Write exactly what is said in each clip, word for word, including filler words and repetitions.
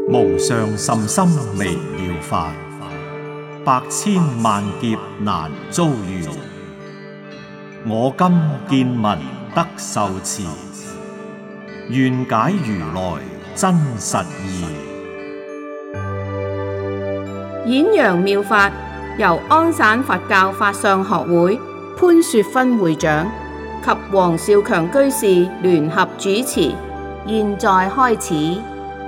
無上甚深微妙法，百千萬劫難遭遇。我今見聞得受持，願解如來真實義。 演揚妙法由安省佛教法相學會潘雪芬會長及黃少強居士聯合主持，現在開始。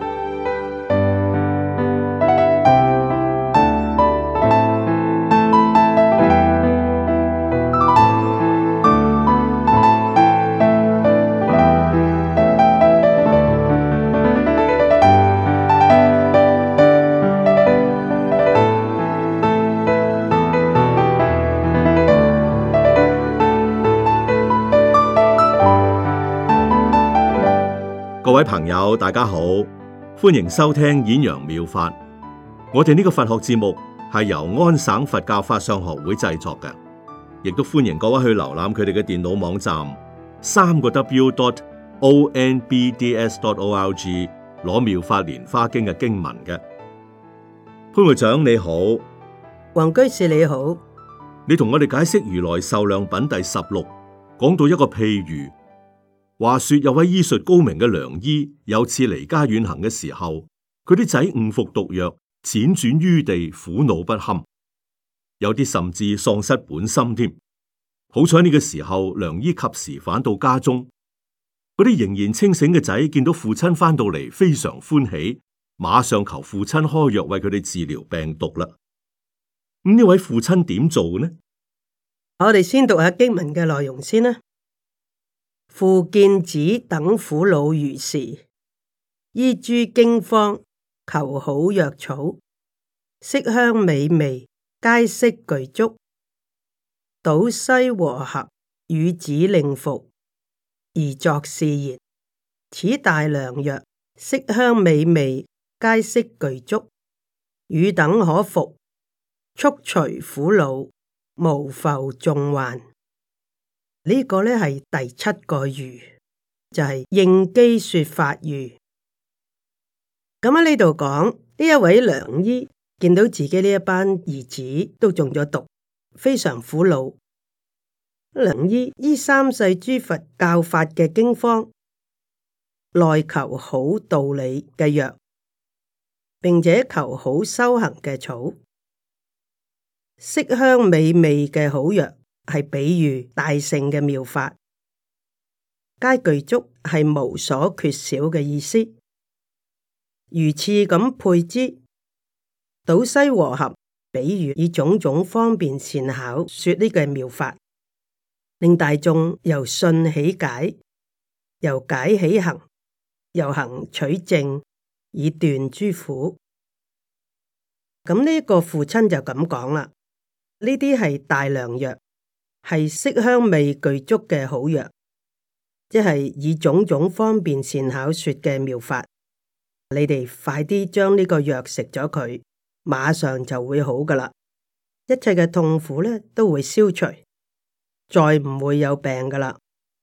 各位朋友，大家好，歡迎收聽演揚妙法。我哋呢個佛學節目係由安省佛教法相學會製作嘅，亦都歡迎各位去瀏覽佢哋嘅電腦網站三個 W dot O N B D S dot O R G 攞妙法蓮花經嘅經文嘅。潘會長你好， 黃居士你好， 你同我哋解釋如來壽量品第十六，講到一個譬喻。話說有位醫術高明嘅良醫，有次離家遠行嘅時候，佢啲仔誤服毒藥，輾轉於地，苦惱不堪，有啲甚至喪失本心添。好彩呢個時候，良醫及時返到家中，嗰啲仍然清醒嘅仔見到父親返到嚟，非常歡喜，馬上求父親開藥為佢哋治療病毒啦。咁呢位父親點做呢？ 我哋先讀下經文嘅內容先啦。父見子等苦惱如是，依諸經方，求好藥草，色香美味，皆悉具足。倒西和合與子令服，而作是言：此大良藥，色香美味，皆悉具足，汝等可服，速除苦惱，無復眾患。呢個呢係第七個喻，就係、是、應機說法喻。咁喺呢度講，呢一位良醫見到自己呢一班兒子都中咗毒，非常苦惱。良醫依三世諸佛教法嘅經方，內求好道理嘅藥，並且求好修行嘅草，色香美味嘅好藥。係比喻大乘嘅妙法，皆具足，係無所缺少嘅意思。如次咁配之，倒西和合，比喻以種種方便善巧說呢個妙法，令大眾由信起解，由解起行，由行取正，以斷諸苦。咁呢個父親就咁講啦，呢啲係大良藥。係色香味具足嘅好藥，即係以種種方便善巧說嘅妙法。你哋快啲將呢個藥食咗佢，馬上就會好噶啦，一切嘅痛苦咧都會消除，再唔會有病噶啦。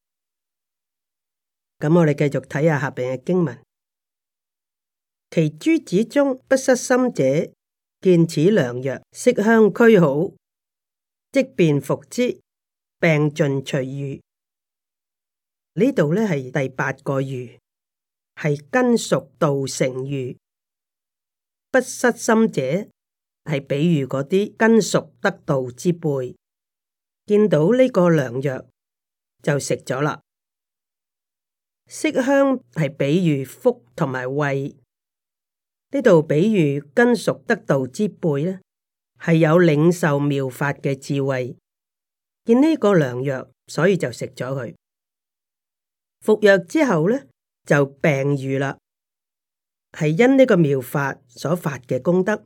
咁我哋繼續睇下下邊嘅經文，其諸子中不失心者，見此良藥色香俱好，即便服之。病盡除愈。呢度咧係第八個喻，係根熟道成喻。不失心者係比喻嗰啲根熟得道之輩，見到呢個良藥就食咗啦。色香係比喻福同埋慧，呢度比喻根熟得道之輩咧係有領受妙法嘅智慧。見呢個良藥，所以就食咗佢。服藥之後呢，就病愈啦，係因呢個妙法所發嘅功德。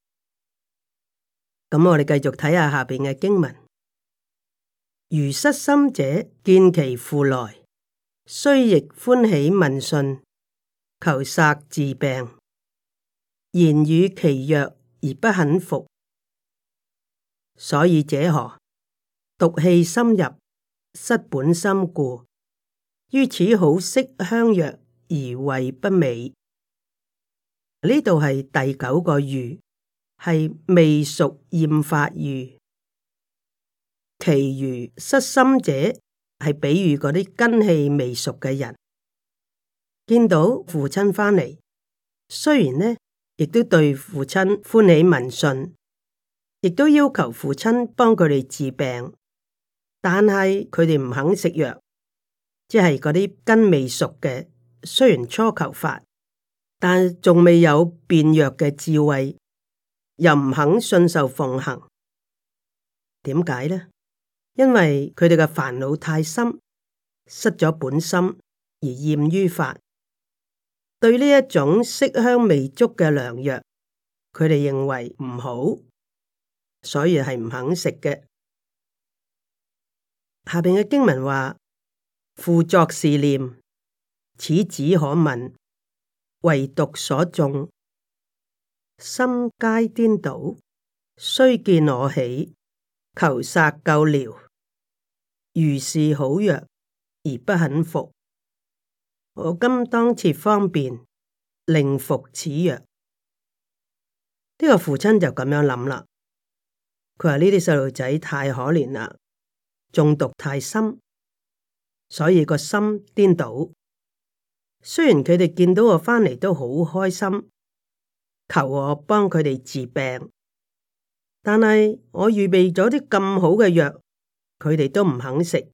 咁我哋繼續睇下下邊嘅經文：如失心者，見其父來，雖亦歡喜問訊，求殺治病，言與其藥而不肯服。所以者何？毒氣深入，失本心故，於此好色香藥而為不美。 呢度係第九個喻，係未熟厭發喻。其餘失心者係比喻嗰啲根氣未熟嘅人，見到父親返嚟，雖然呢亦都對父親歡喜問訊，亦都要求父親幫佢哋治病，但係佢哋唔肯食藥，即係嗰啲根未熟嘅，雖然初求法，但仲未有辨藥嘅智慧，又唔肯信受奉行。點解呢？因為佢哋嘅煩惱太深，失咗本心而厭於法，對呢一種色香味觸嘅良藥，佢哋認為唔好，所以係唔肯食嘅。下邊嘅經文話：父作是念，此子可問，唯獨所種，心皆顛倒，雖見我喜，求殺救療，如是好藥而不肯服。我今當設方便，令服此藥。呢、這個父親就咁樣諗啦。佢話呢啲細路仔太可憐啦，中毒太深，所以個心顛倒。雖然佢哋見到我返嚟都好開心，求我幫佢哋治病，但係我預備咗啲咁好嘅藥，佢哋都唔肯食。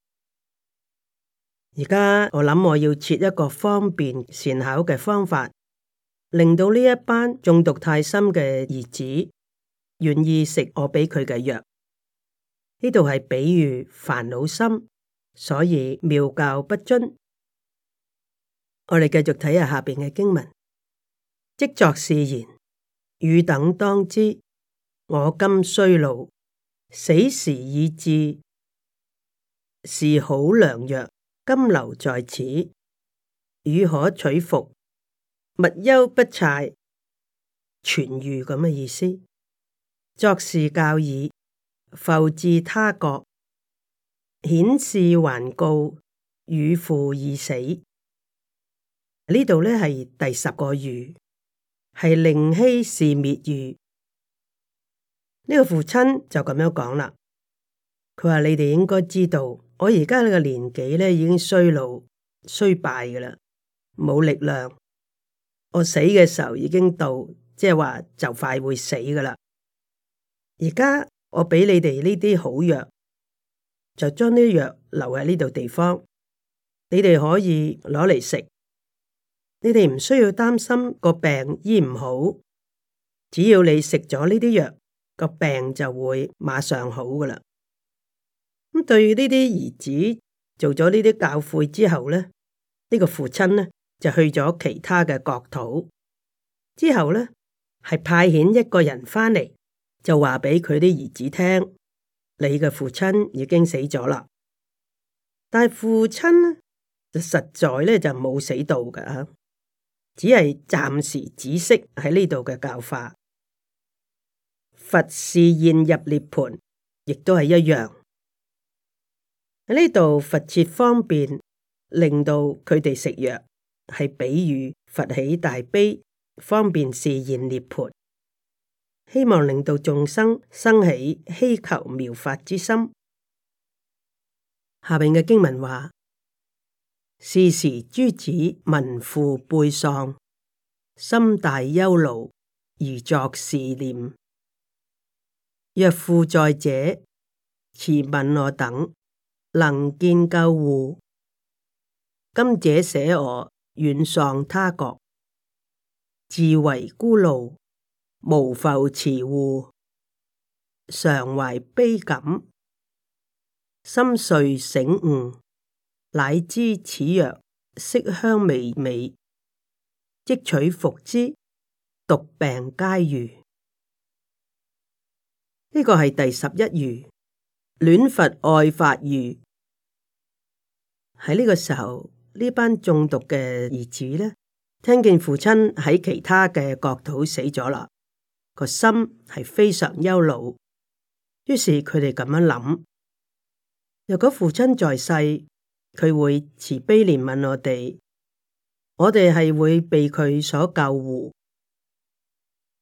而家我諗我要設一個方便善巧嘅方法，令到呢一班中毒太深嘅兒子願意食我俾佢嘅藥。呢度係比喻煩惱深，所以妙教不遵。我哋繼續睇下下邊嘅經文，即作是言：汝等當知，我今衰老，死時已至，是好良藥，今留在此，汝可取服，勿憂不臍。傳諭咁嘅意思，作是教義，復至他國，顯示還告，汝父已死。呢度呢係第十個喻，係令希是滅喻。呢、這個父親就咁樣講啦，佢話你哋應該知道，我而家呢個年紀呢已經衰老衰敗噶啦，冇力量。我死嘅時候已經到，即係話就快會死噶啦。而家我俾你哋呢啲好藥，就將呢啲藥留喺呢度地方，你哋可以攞嚟食。你哋唔需要擔心個病醫唔好，只要你食咗呢啲藥，個病就會馬上好噶啦。咁對呢啲兒子做咗呢啲教誨之後咧，呢、呢個父親呢就去咗其他嘅國土，之後呢係派遣一個人翻嚟，就話俾佢啲兒子聽：你嘅父親已經死咗啦。但係父親呢就實在咧就冇死到噶。只係暫時止息喺呢度嘅教化。佛示現入涅槃，亦都係一樣。喺呢度佛設方便，令到佢哋食藥，係比喻佛起大悲，方便示現涅槃，希望令到眾生生起希求妙法之心。下邊嘅經文話：是時諸子聞父背喪，心大憂勞，而作是念：若父在者，辭愍我等，能見救護。今者捨我遠喪他國，自為孤路，無復慈護，常懷悲感，心遂醒悟。乃知此藥色香味美，即取服之，毒病皆愈。呢個係第十一喻，戀佛愛法喻。喺呢個時候，呢班中毒嘅兒子呢，聽見父親喺其他嘅國土死咗啦，個心係非常憂惱。於是佢哋咁樣諗：若果父親在世，佢會慈悲憐憫我哋，我哋係會被佢所救護，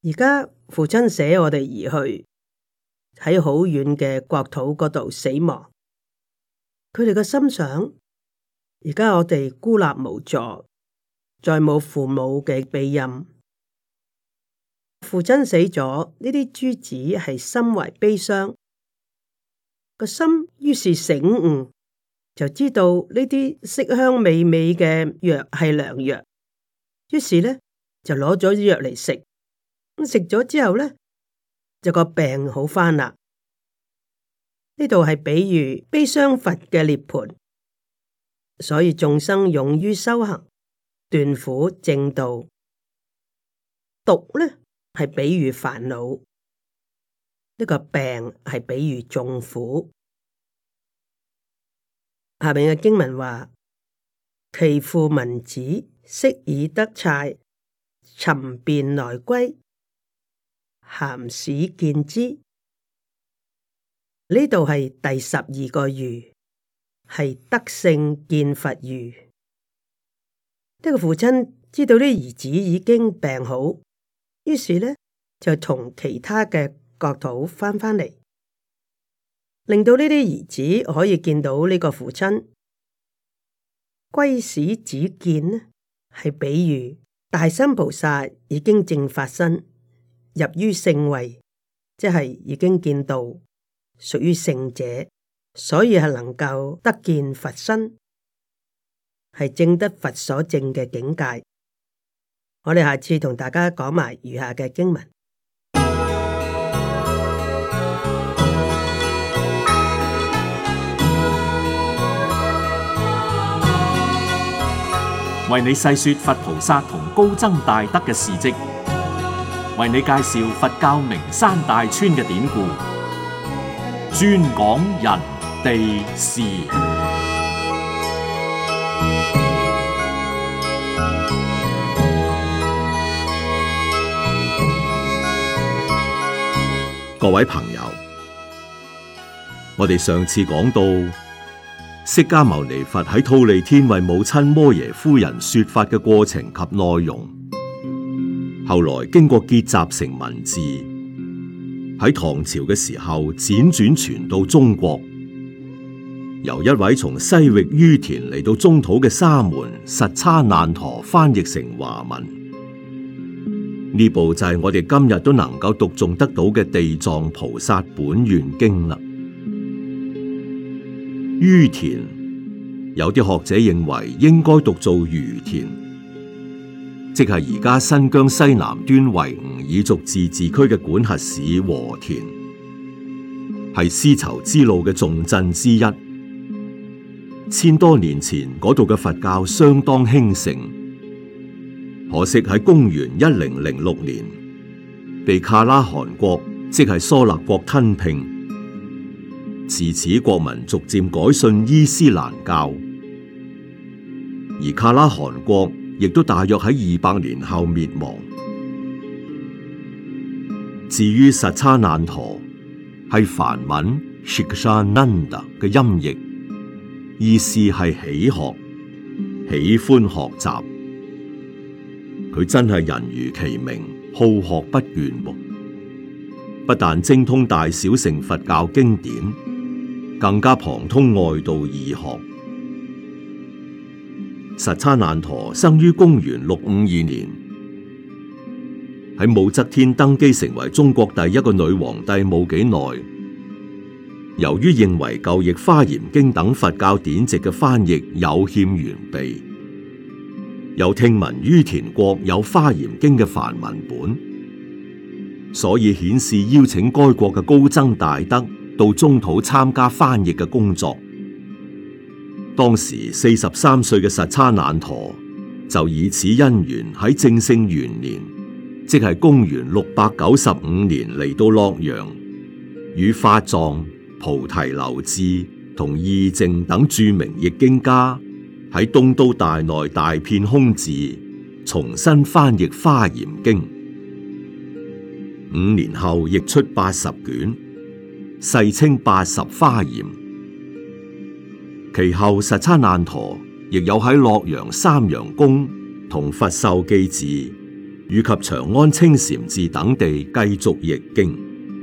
而家父親捨我哋而去，喺好遠嘅國土嗰度死亡。佢哋嘅心想：而家我哋孤立無助，再冇父母嘅庇蔭。父親死咗，呢啲諸子係心懷悲傷，個心於是醒悟，就知道呢啲色香味美嘅藥係良藥，於是咧就攞咗藥嚟食。咁食咗之後咧，就個病好返啦。呢度係比喻悲傷佛嘅涅槃，所以眾生勇於修行，斷苦正道。毒咧係比喻煩惱，呢個病係比喻眾苦。下面嘅經文話：其父聞子，悉已得瓠，尋便來歸，咸使見之。呢度係第十二個喻，係得勝見佛喻。呢個父親知道啲兒子已經病好，於是呢就同其他嘅國土翻返嚟，令到呢啲兒子可以見到呢個父親。歸使子見呢，係比喻大身菩薩已經正法身，入於聖位，即係已經見到，屬於聖者，所以係能夠得見佛身，係證得佛所證嘅境界。我哋下次同大家講埋餘下嘅經文。 為你細說佛菩薩同高僧大德嘅事跡，為你介紹佛教名山大川嘅典故，專講人地事。 各位朋友，我哋上次講到釋迦牟尼佛喺忉利天為母親摩耶夫人說法嘅過程及內容，後來經過結集成文字，喺唐朝嘅時候輾轉傳到中國，由一位從西域于闐嚟到中土嘅沙門實叉難陀翻譯成華文。呢部就係我哋今日都能夠讀誦得到嘅《地藏菩薩本願經》啦。于闐，有啲學者認為應該讀做于闐，即係而家新疆西南端維吾爾族自治區嘅管轄市和田，係絲綢之路嘅重鎮之一。千多年前嗰度嘅佛教相當興盛。可惜喺公元一零零六年，被卡拉汗國，即係疏勒國吞併，自此國民逐漸改信伊斯蘭教，而卡拉汗國亦都大約喺二百年後滅亡。至於實叉難陀，係梵文 Shikshananda 嘅音譯，意思係喜學，喜歡學習。佢真係人如其名，好學不倦，不但精通大小乘佛教經典，更加旁通外道義學。實叉難陀生於公元六五二年，喺武則天登基成為中國第一個女皇帝冇幾耐，由於認為舊譯《華嚴經》等佛教典籍嘅翻譯有欠完備，又聽聞于闐國有《華嚴經》嘅梵文本，所以遣使邀請該國嘅高僧大德到中土參加翻譯嘅工作。當時四十三歲嘅實叉難陀就以此因緣喺正聖元年，即係公元六百九十五年嚟到洛陽，與法藏、菩提流志同義淨等著名譯經家喺東都大內大遍空寺重新翻譯《華嚴經》，五年後譯出八十卷，世稱八十華嚴。其後實叉難陀亦有喺洛陽三陽宮同佛授記寺以及長安清禪寺等地繼續譯經。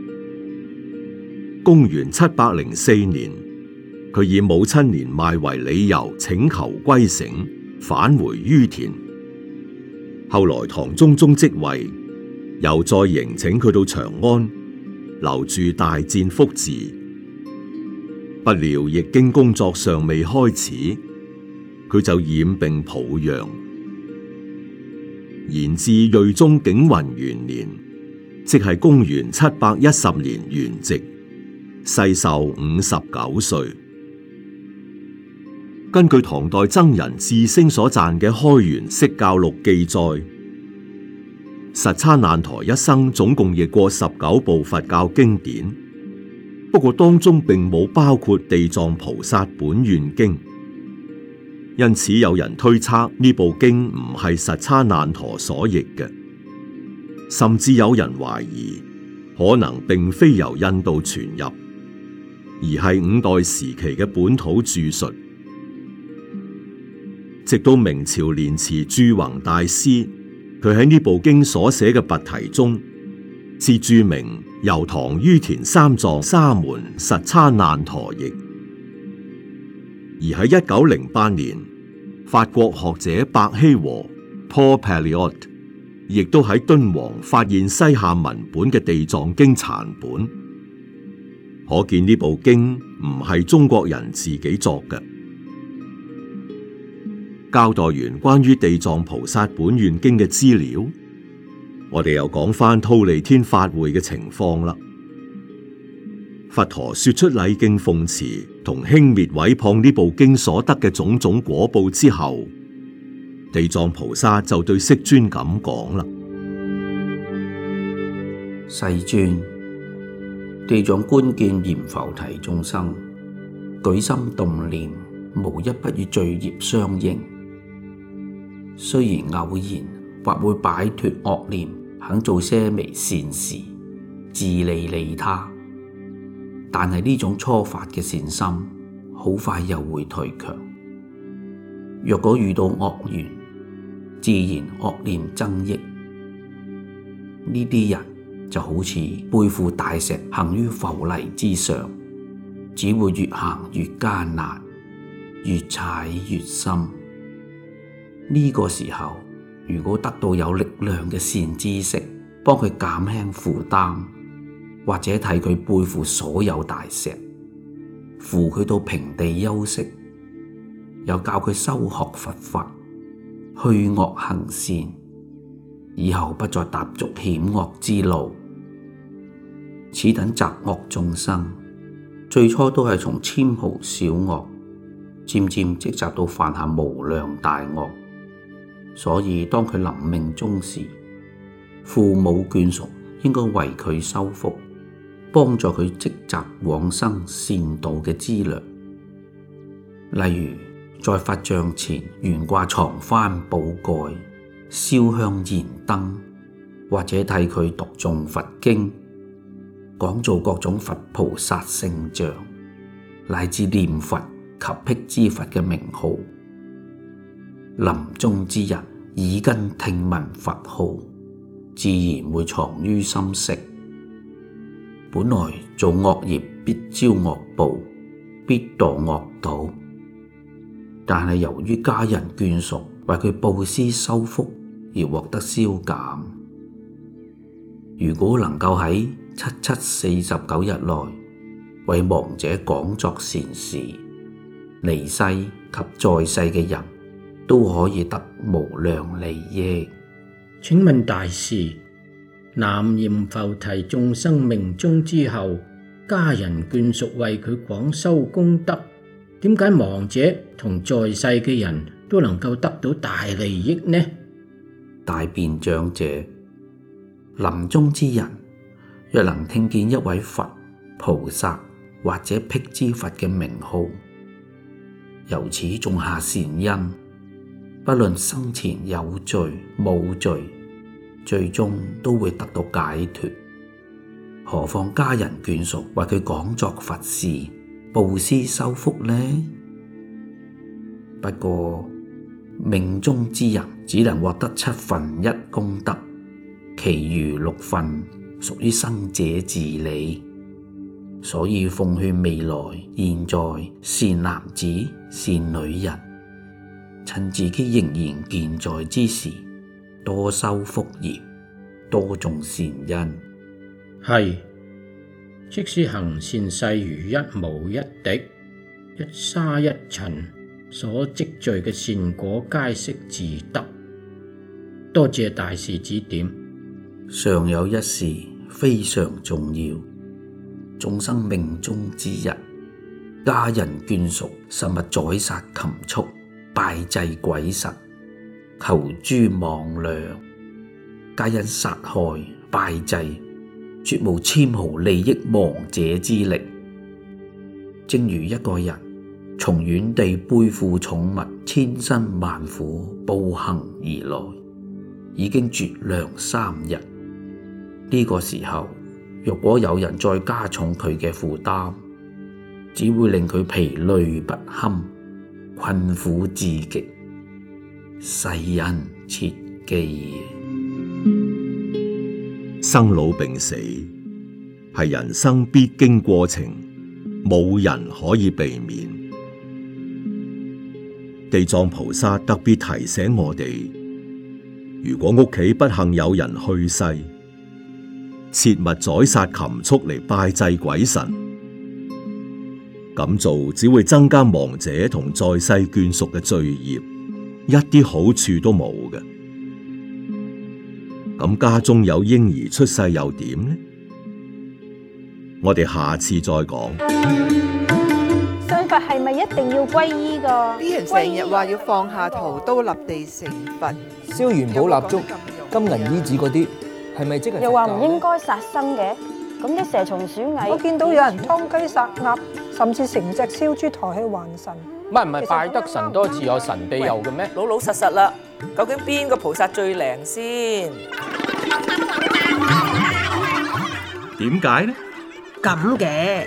公元七百零四年，佢以母親年邁為理由請求歸省，返回于田。後來唐中宗即位，又再迎請佢到長安留住大薦福寺。不料譯經工作尚未開始，佢就染病抱恙。延至睿宗景雲元年，即係公元七百一十年元夕，世壽五十九歲。根據唐代僧人智升所撰嘅《開元釋教錄》記載，實叉難陀一生總共譯過十九部佛教經典，不過當中並冇包括地藏菩薩本願經，因此有人推測呢部經唔係實叉難陀所譯嘅，甚至有人懷疑可能並非由印度傳入，而係五代時期嘅本土著述。直到明朝蓮池駐宏大師，佢喺呢部經所寫嘅跋題中，至注明由唐于田三藏沙門實叉難陀譯。而喺一九零八年，法國學者伯希和 Paul Pelliot 亦都喺敦煌發現西夏文本嘅地藏經殘本，可見呢部經唔係中國人自己作嘅。交代完關於地藏菩薩本願經嘅資料，我哋又講返忉利天法會嘅情況啦。佛陀說出禮敬奉持同輕蔑毀謗呢部經所得嘅種種果報之後，地藏菩薩就對釋尊咁講啦： 世尊，地藏觀見閻浮提眾生，舉心動念，無一不與罪業相應。雖然偶然或會擺脫惡念，肯做些微善事，自利利他，但係呢種初發嘅善心，好快又會退卻。若果遇到惡緣，自然惡念增益。呢啲人就好似背負大石行於浮泥之上，只會越行越艱難，越踩越深。呢個時候，如果得到有力量嘅善知識，幫佢減輕負擔，或者替佢背負所有大石，扶佢到平地休息，又教佢修學佛法，去惡行善，以後不再踏足險惡之路。此等雜惡眾生，最初都係從纖毫小惡，漸漸積集到犯下無量大惡。所以當佢臨命終時，父母眷屬應該為佢修福，幫助佢積集往生善道嘅資糧。例如在佛像前懸掛幢幡寶蓋，燒香燃燈，或者替佢讀誦佛經，講做各種佛菩薩聖像，乃至念佛及辟支佛嘅名號。臨終之人耳根聽聞佛號，自然會藏於心識。本來做惡業必招惡報，必墮惡道，但係由於家人眷屬為佢布施修福而獲得消減。如果能夠喺七七四十九日內為亡者講作善事，離世及在世嘅人都可以得無量利益。 請問大師，南閻浮提眾生命終之後，家人眷屬為佢廣修功德，點解亡者同在世嘅人都能夠得到大利益呢？ 大辯長者，臨終之人若能聽見一位佛、菩薩或者辟支佛嘅名號，由此種下善因，不論生前有罪冇罪，最終都會得到解脫。何況家人眷屬為佢講作佛事、布施修福呢？不過命終之人只能獲得七分一功德， 其餘六份屬於生者自理。所以奉勸未來現在善男子善女人，趁自己仍然健在之時，多修福業，多種善因。 係，即使行善細如一毛一滴、一沙一塵，所積聚嘅善果皆悉自得。多謝大士指點。 尚有一事非常重要。眾生命終之日，家人眷屬實勿宰殺禽畜，拜祭鬼神，求諸妄量。皆因殺害拜祭，絕無纖毫利益亡者之力。正如一個人從遠地背負重物，千辛萬苦步行而來，已經絕糧三日。呢、這個時候，若果有人再加重佢嘅負擔，只會令佢疲累不堪，困苦至極。世人切記， 生老病死係人生必經過程，冇人可以避免。地藏菩薩特別提醒我哋，如果屋企不幸有人去世，切勿宰殺禽畜嚟拜祭鬼神，咁做只會增加亡者同在世眷屬嘅罪業，一啲好處都冇嘅。咁家中有嬰兒出世又點呢？我哋下次再講。 信佛係咪一定要皈依㗎？ 啲人成日話要放下屠刀立地成佛， 燒元寶蠟燭、金銀衣紙嗰啲，係咪即係？ 又話唔應該殺生嘅，咁啲蛇蟲鼠蟻， 我見到有人劏雞殺鴨，甚至成隻燒豬抬去還神。 唔係唔係，拜得神多自有神庇佑嘅咩？ 老老實實啦，究竟邊個菩薩最靈先？ 點解呢？ 咁嘅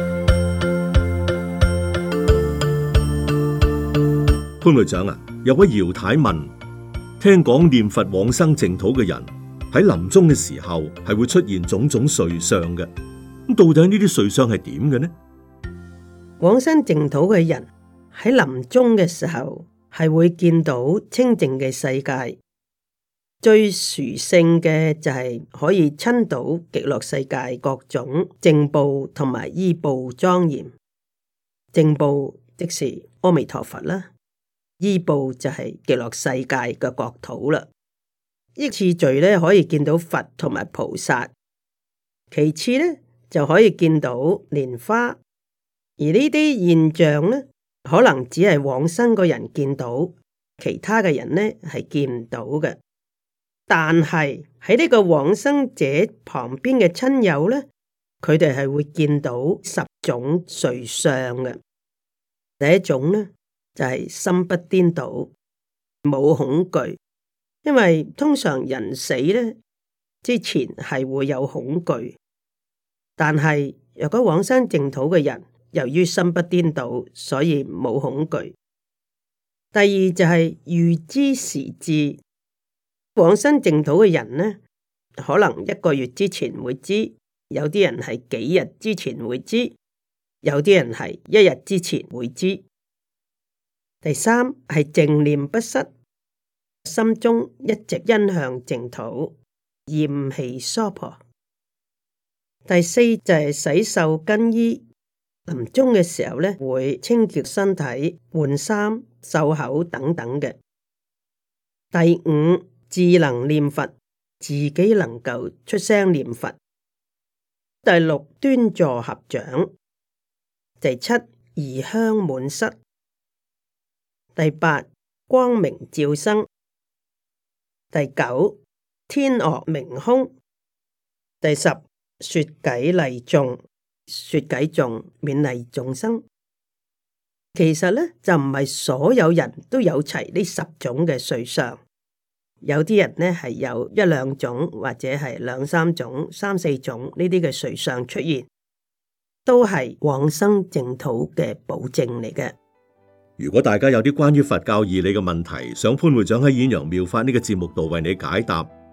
潘會長啊，有位姚太問，聽講念佛往生淨土嘅人喺臨終嘅時候係會出現種種瑞相嘅，咁到底呢啲瑞相係點嘅呢？ 往生淨土嘅人喺臨終嘅時候係會見到清淨嘅世界，最殊勝嘅就係可以親睹極樂世界各種正報同埋依報莊嚴。正報即是阿彌陀佛啦，依報就係極樂世界嘅國土啦。依次序咧可以見到佛同埋菩薩，其次咧就可以見到蓮花，而呢啲現象咧可能只係往生個人見到，其他嘅人咧係見唔到嘅。但係喺呢個往生者旁邊嘅親友咧，佢哋係會見到十種瑞相嘅。第一種咧就係、是、心不顛倒，冇恐懼，因為通常人死咧之前係會有恐懼，但係若果往生淨土嘅人，由於心不顛倒，所以冇恐懼。第二就係預知時至。往生淨土嘅人呢，可能一個月之前會知，有啲人係幾日之前會知，有啲人係一日之前會知。第三係淨念不失，心中一直因向淨土，厭棄娑婆。第四就係洗袖更衣，臨終嘅時候呢，會清潔身體、換衫、漱口等等嘅。第五，自能念佛，自己能夠出聲念佛。第六，端坐合掌。第七，儀香滿室。第八，光明照生。第九，天樂明空。第十，說偈勵眾，說偈頌勉勵眾生。其實呢，就唔係所有人都有齊呢十種嘅瑞相。有啲人呢係有一兩種或者係兩三種、三四種呢啲嘅瑞相出現，都係往生淨土嘅保證嚟嘅。 如果大家有啲關於佛教義理嘅問題，想潘會長喺演揚妙法呢個節目度為你解答，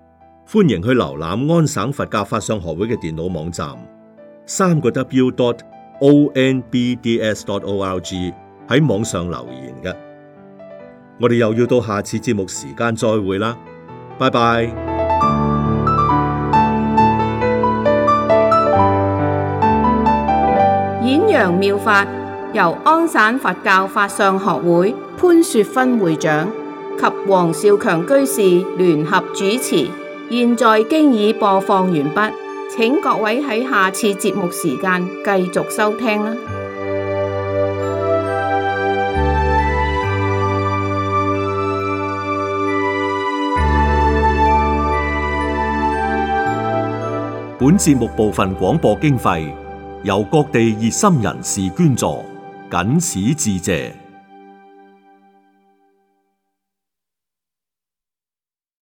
歡迎去瀏覽安省佛教法相學會嘅電腦網站，三個 W dot O N B D S dot O R G 喺網上留言嘅。我哋又要到下次節目時間再會啦，拜拜。 演揚妙法由安省佛教法相學會潘雪芬會長及黃少強居士聯合主持，現在經已播放完畢，請各位喺下次節目時間繼續收聽啦。 本節目部分廣播經費由各地熱心人士捐助，謹此致謝。